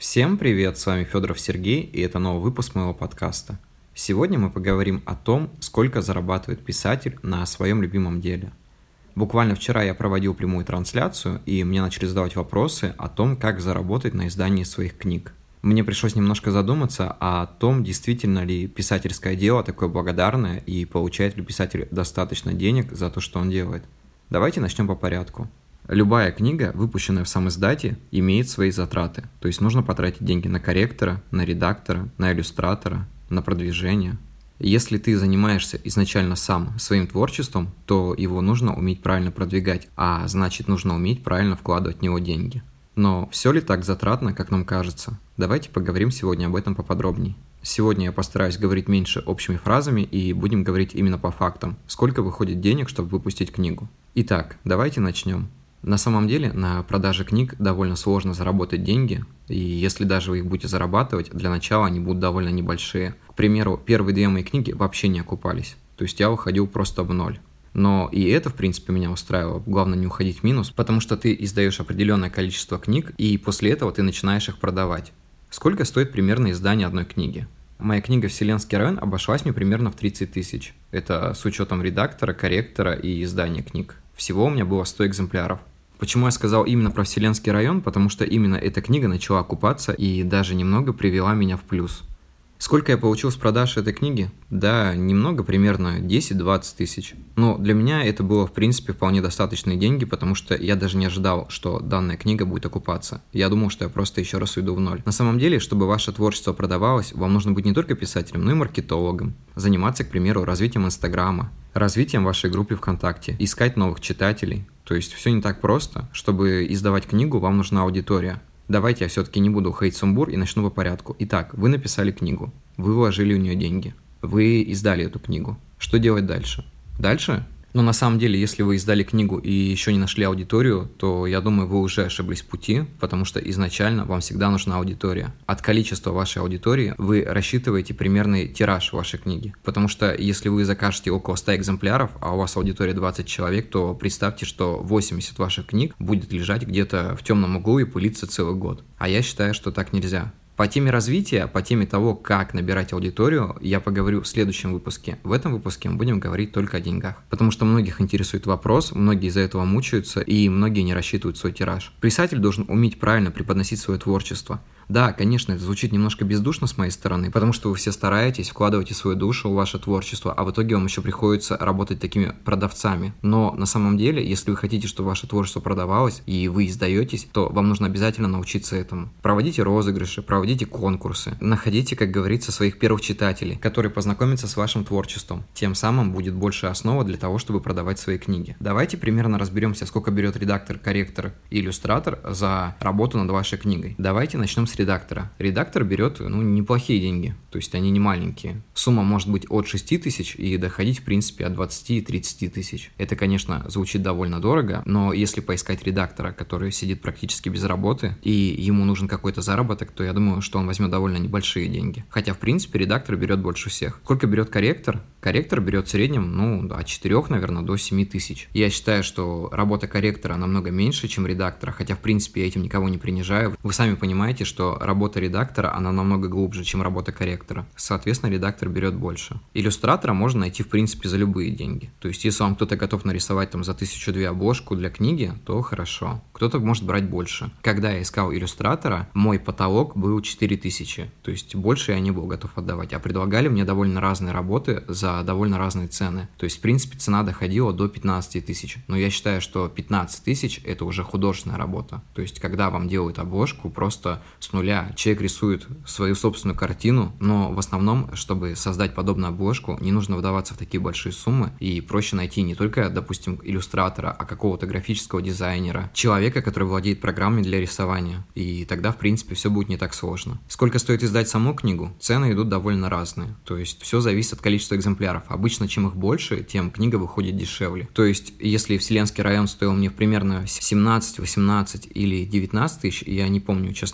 Всем привет, с вами Федоров Сергей, и это новый выпуск моего подкаста. Сегодня мы поговорим о том, сколько зарабатывает писатель на своем любимом деле. Буквально вчера я проводил прямую трансляцию, и мне начали задавать вопросы о том, как заработать на издании своих книг. Мне пришлось немножко задуматься о том, действительно ли писательское дело такое благодарное, и получает ли писатель достаточно денег за то, что он делает. Давайте начнем по порядку. Любая книга, выпущенная в самиздате, имеет свои затраты. То есть нужно потратить деньги на корректора, на редактора, на иллюстратора, на продвижение. Если ты занимаешься изначально сам своим творчеством, то его нужно уметь правильно продвигать, а значит нужно уметь правильно вкладывать в него деньги. Но все ли так затратно, как нам кажется? Давайте поговорим сегодня об этом поподробнее. Сегодня я постараюсь говорить меньше общими фразами и будем говорить именно по фактам, сколько выходит денег, чтобы выпустить книгу. Итак, давайте начнем. На самом деле на продаже книг довольно сложно заработать деньги, и если даже вы их будете зарабатывать, для начала они будут довольно небольшие. К примеру, первые две мои книги вообще не окупались, то есть я уходил просто в ноль. Но и это, в принципе, меня устраивало. Главное не уходить в минус, потому что ты издаешь определенное количество книг, и после этого ты начинаешь их продавать. Сколько стоит примерно издание одной книги? Моя книга «Вселенский район» обошлась мне примерно в 30 тысяч. Это с учетом редактора, корректора и издания книг. Всего у меня было 100 экземпляров. Почему я сказал именно про Вселенский район? Потому что именно эта книга начала окупаться и даже немного привела меня в плюс. Сколько я получил с продаж этой книги? Да, немного, примерно 10-20 тысяч. Но для меня это было, в принципе, вполне достаточные деньги, потому что я даже не ожидал, что данная книга будет окупаться. Я думал, что я просто еще раз уйду в ноль. На самом деле, чтобы ваше творчество продавалось, вам нужно быть не только писателем, но и маркетологом. Заниматься, к примеру, развитием Инстаграма, развитием вашей группы ВКонтакте, искать новых читателей. То есть все не так просто. Чтобы издавать книгу, вам нужна аудитория. Давайте я все-таки не буду уходить в сумбур и начну по порядку. Итак, вы написали книгу, вы вложили в нее деньги, вы издали эту книгу. Что делать дальше? Дальше? Но на самом деле, если вы издали книгу и еще не нашли аудиторию, то я думаю, вы уже ошиблись в пути, потому что изначально вам всегда нужна аудитория. От количества вашей аудитории вы рассчитываете примерный тираж вашей книги. Потому что если вы закажете около 100 экземпляров, а у вас аудитория 20 человек, то представьте, что 80 ваших книг будет лежать где-то в темном углу и пылиться целый год. А я считаю, что так нельзя. По теме развития, по теме того, как набирать аудиторию, я поговорю в следующем выпуске. В этом выпуске мы будем говорить только о деньгах. Потому что многих интересует вопрос, многие из-за этого мучаются, и многие не рассчитывают свой тираж. Писатель должен уметь правильно преподносить свое творчество. Да, конечно, это звучит немножко бездушно с моей стороны, потому что вы все стараетесь, вкладываете свою душу в ваше творчество, а в итоге вам еще приходится работать такими продавцами. Но на самом деле, если вы хотите, чтобы ваше творчество продавалось, и вы издаетесь, то вам нужно обязательно научиться этому. Проводите розыгрыши, проводите конкурсы, находите, как говорится, своих первых читателей, которые познакомятся с вашим творчеством. Тем самым будет больше основа для того, чтобы продавать свои книги. Давайте примерно разберемся, сколько берет редактор, корректор и иллюстратор за работу над вашей книгой. Давайте начнем с редактора. Редактор берет, неплохие деньги, то есть они не маленькие. Сумма может быть от 6 тысяч и доходить, в принципе, от 20 и 30 тысяч. Это, конечно, звучит довольно дорого, но если поискать редактора, который сидит практически без работы, и ему нужен какой-то заработок, то я думаю, что он возьмет довольно небольшие деньги. Хотя, в принципе, редактор берет больше всех. Сколько берет корректор? Корректор берет в среднем, от 4, наверное, до 7 тысяч. Я считаю, что работа корректора намного меньше, чем редактора, хотя, в принципе, я этим никого не принижаю. Вы сами понимаете, что работа редактора, она намного глубже, чем работа корректора. Соответственно, редактор берет больше. Иллюстратора можно найти, в принципе, за любые деньги. То есть, если вам кто-то готов нарисовать за 1002 обложку для книги, то хорошо. Кто-то может брать больше. Когда я искал иллюстратора, мой потолок был 4000. То есть, больше я не был готов отдавать. А предлагали мне довольно разные работы за довольно разные цены. То есть, в принципе, цена доходила до 15 тысяч. Но я считаю, что 15 тысяч – это уже художественная работа. То есть, когда вам делают обложку просто с нуля, человек рисует свою собственную картину, но в основном, чтобы создать подобную обложку, не нужно вдаваться в такие большие суммы, и проще найти не только, допустим, иллюстратора, а какого-то графического дизайнера, человека, который владеет программой для рисования, и тогда, в принципе, все будет не так сложно. Сколько стоит издать саму книгу? Цены идут довольно разные, то есть все зависит от количества экземпляров. Обычно, чем их больше, тем книга выходит дешевле. То есть, если Вселенский район стоил мне примерно 17, 18 или 19 тысяч, я не помню, честно говоря,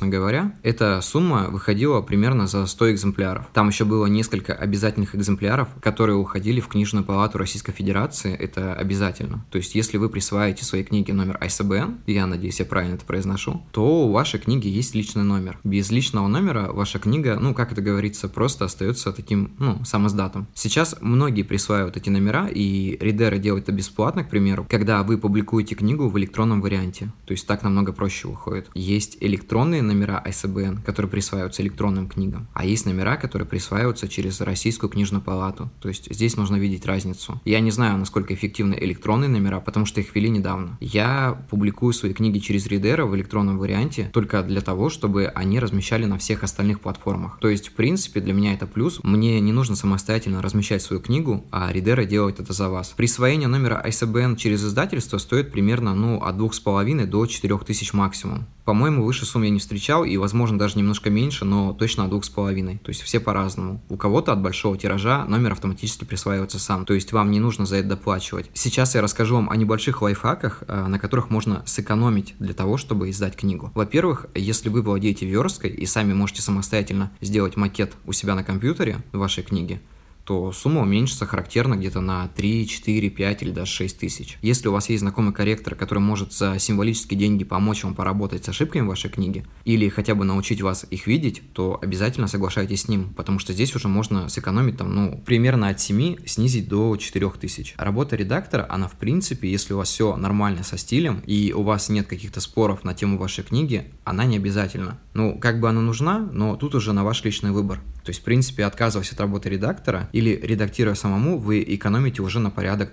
говоря, эта сумма выходила примерно за 100 экземпляров. Там еще было несколько обязательных экземпляров, которые уходили в Книжную палату Российской Федерации, это обязательно. То есть, если вы присваиваете своей книге номер ISBN, я надеюсь, я правильно это произношу, то у вашей книги есть личный номер. Без личного номера ваша книга, как это говорится, просто остается таким, самоздатом. Сейчас многие присваивают эти номера, и ридеры делают это бесплатно, к примеру, когда вы публикуете книгу в электронном варианте. То есть, так намного проще выходит. Есть электронные номера ISBN, которые присваиваются электронным книгам, а есть номера, которые присваиваются через Российскую книжную палату. То есть, здесь нужно видеть разницу. Я не знаю, насколько эффективны электронные номера, потому что их ввели недавно. Я публикую свои книги через ридера в электронном варианте только для того, чтобы они размещали на всех остальных платформах. То есть, в принципе, для меня это плюс. Мне не нужно самостоятельно размещать свою книгу, а ридеры делают это за вас. Присвоение номера ISBN через издательство стоит примерно от 2500 до 4000 максимум. По-моему, выше сумм я не встречал, и, возможно, даже немножко меньше, но точно от 2500. То есть все по-разному. У кого-то от большого тиража номер автоматически присваивается сам, то есть вам не нужно за это доплачивать. Сейчас я расскажу вам о небольших лайфхаках, на которых можно сэкономить для того, чтобы издать книгу. Во-первых, если вы владеете версткой и сами можете самостоятельно сделать макет у себя на компьютере вашей книги, то сумма уменьшится характерно где-то на 3, 4, 5 или даже 6 тысяч. Если у вас есть знакомый корректор, который может за символические деньги помочь вам поработать с ошибками в вашей книге или хотя бы научить вас их видеть, то обязательно соглашайтесь с ним, потому что здесь уже можно сэкономить примерно от 7 снизить до 4 тысяч. Работа редактора, она в принципе, если у вас все нормально со стилем и у вас нет каких-то споров на тему вашей книги, она не обязательна. Как бы она нужна, но тут уже на ваш личный выбор. То есть, в принципе, отказываясь от работы редактора или редактируя самому, вы экономите уже на порядок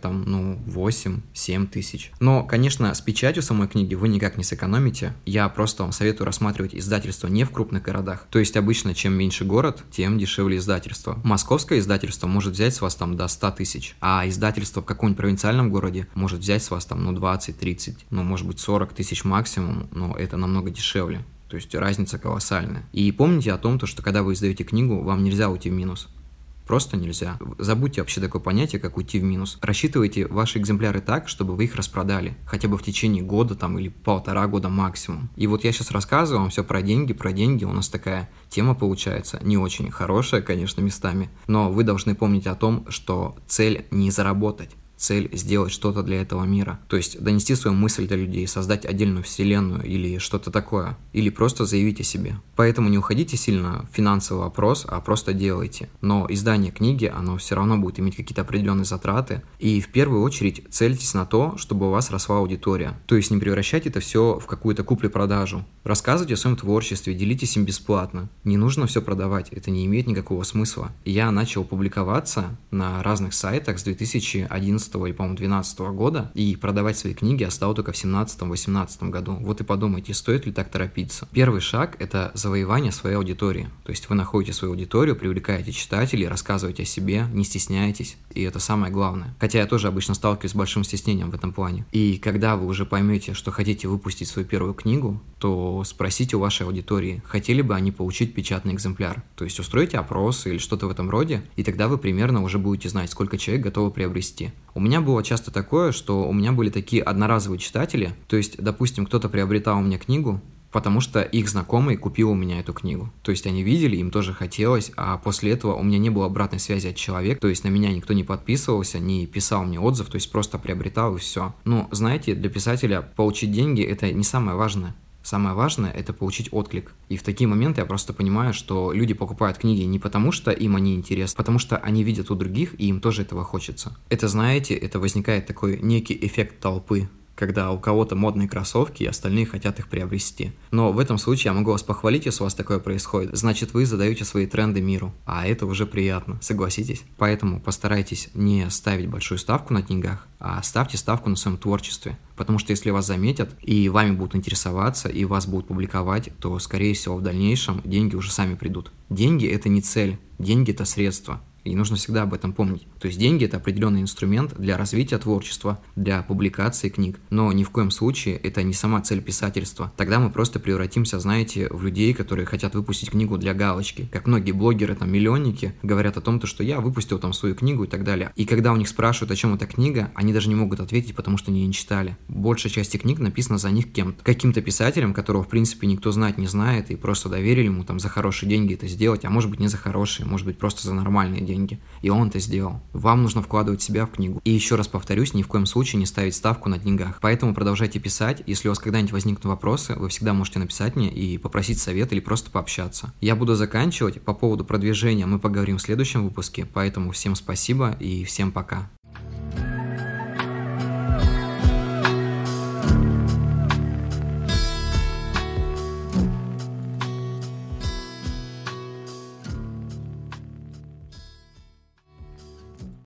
8-7 тысяч. Но, конечно, с печатью самой книги вы никак не сэкономите. Я просто вам советую рассматривать издательство не в крупных городах. То есть, обычно, чем меньше город, тем дешевле издательство. Московское издательство может взять с вас до 100 тысяч, а издательство в каком-нибудь провинциальном городе может взять с вас 20-30, может быть 40 тысяч максимум, но это намного дешевле. То есть разница колоссальная. И помните о том, что когда вы издаете книгу, вам нельзя уйти в минус. Просто нельзя. Забудьте вообще такое понятие, как уйти в минус. Рассчитывайте ваши экземпляры так, чтобы вы их распродали. Хотя бы в течение года или 1,5 года максимум. И вот я сейчас рассказываю вам все про деньги. Про деньги у нас такая тема получается не очень хорошая, конечно, местами. Но вы должны помнить о том, что цель не заработать. Цель сделать что-то для этого мира. То есть донести свою мысль до людей, создать отдельную вселенную или что-то такое. Или просто заявить о себе. Поэтому не уходите сильно в финансовый вопрос, а просто делайте. Но издание книги, оно все равно будет иметь какие-то определенные затраты. И в первую очередь цельтесь на то, чтобы у вас росла аудитория. То есть не превращайте это все в какую-то куплю-продажу. Рассказывайте о своем творчестве, делитесь им бесплатно. Не нужно все продавать, это не имеет никакого смысла. Я начал публиковаться на разных сайтах с 2011 или, по-моему, 2012 года, и продавать свои книги я стал только в 2017-2018 году. Вот и подумайте, стоит ли так торопиться. Первый шаг – это завоевание своей аудитории. То есть вы находите свою аудиторию, привлекаете читателей, рассказываете о себе, не стесняетесь, и это самое главное. Хотя я тоже обычно сталкиваюсь с большим стеснением в этом плане. И когда вы уже поймете, что хотите выпустить свою первую книгу, то спросите у вашей аудитории, хотели бы они получить печатный экземпляр. То есть устройте опрос или что-то в этом роде, и тогда вы примерно уже будете знать, сколько человек готовы приобрести. У меня было часто такое, что у меня были такие одноразовые читатели, то есть, допустим, кто-то приобретал у меня книгу, потому что их знакомый купил у меня эту книгу. То есть они видели, им тоже хотелось, а после этого у меня не было обратной связи от человека, то есть на меня никто не подписывался, не писал мне отзыв, то есть просто приобретал и все. Но, знаете, для писателя получить деньги – это не самое важное. Самое важное – это получить отклик. И в такие моменты я просто понимаю, что люди покупают книги не потому, что им они интересны, потому что они видят у других, и им тоже этого хочется. Это, знаете, это возникает такой некий эффект толпы, когда у кого-то модные кроссовки, и остальные хотят их приобрести. Но в этом случае я могу вас похвалить, если у вас такое происходит. Значит, вы задаете свои тренды миру, а это уже приятно, согласитесь? Поэтому постарайтесь не ставить большую ставку на книгах, а ставьте ставку на своем творчестве. Потому что если вас заметят, и вами будут интересоваться, и вас будут публиковать, то, скорее всего, в дальнейшем деньги уже сами придут. Деньги – это не цель, деньги – это средство. И нужно всегда об этом помнить. То есть деньги – это определенный инструмент для развития творчества, для публикации книг. Но ни в коем случае это не сама цель писательства. Тогда мы просто превратимся, знаете, в людей, которые хотят выпустить книгу для галочки. Как многие блогеры, миллионники, говорят о том, что я выпустил свою книгу и так далее. И когда у них спрашивают, о чем эта книга, они даже не могут ответить, потому что они ее не читали. Большая часть книг написана за них кем-то. Каким-то писателем, которого, в принципе, никто знать не знает, и просто доверили ему за хорошие деньги это сделать, а может быть не за хорошие, может быть просто за нормальные деньги. И он это сделал. Вам нужно вкладывать себя в книгу. И еще раз повторюсь, ни в коем случае не ставить ставку на деньгах. Поэтому продолжайте писать. Если у вас когда-нибудь возникнут вопросы, вы всегда можете написать мне и попросить совет или просто пообщаться. Я буду заканчивать. По поводу продвижения мы поговорим в следующем выпуске. Поэтому всем спасибо и всем пока.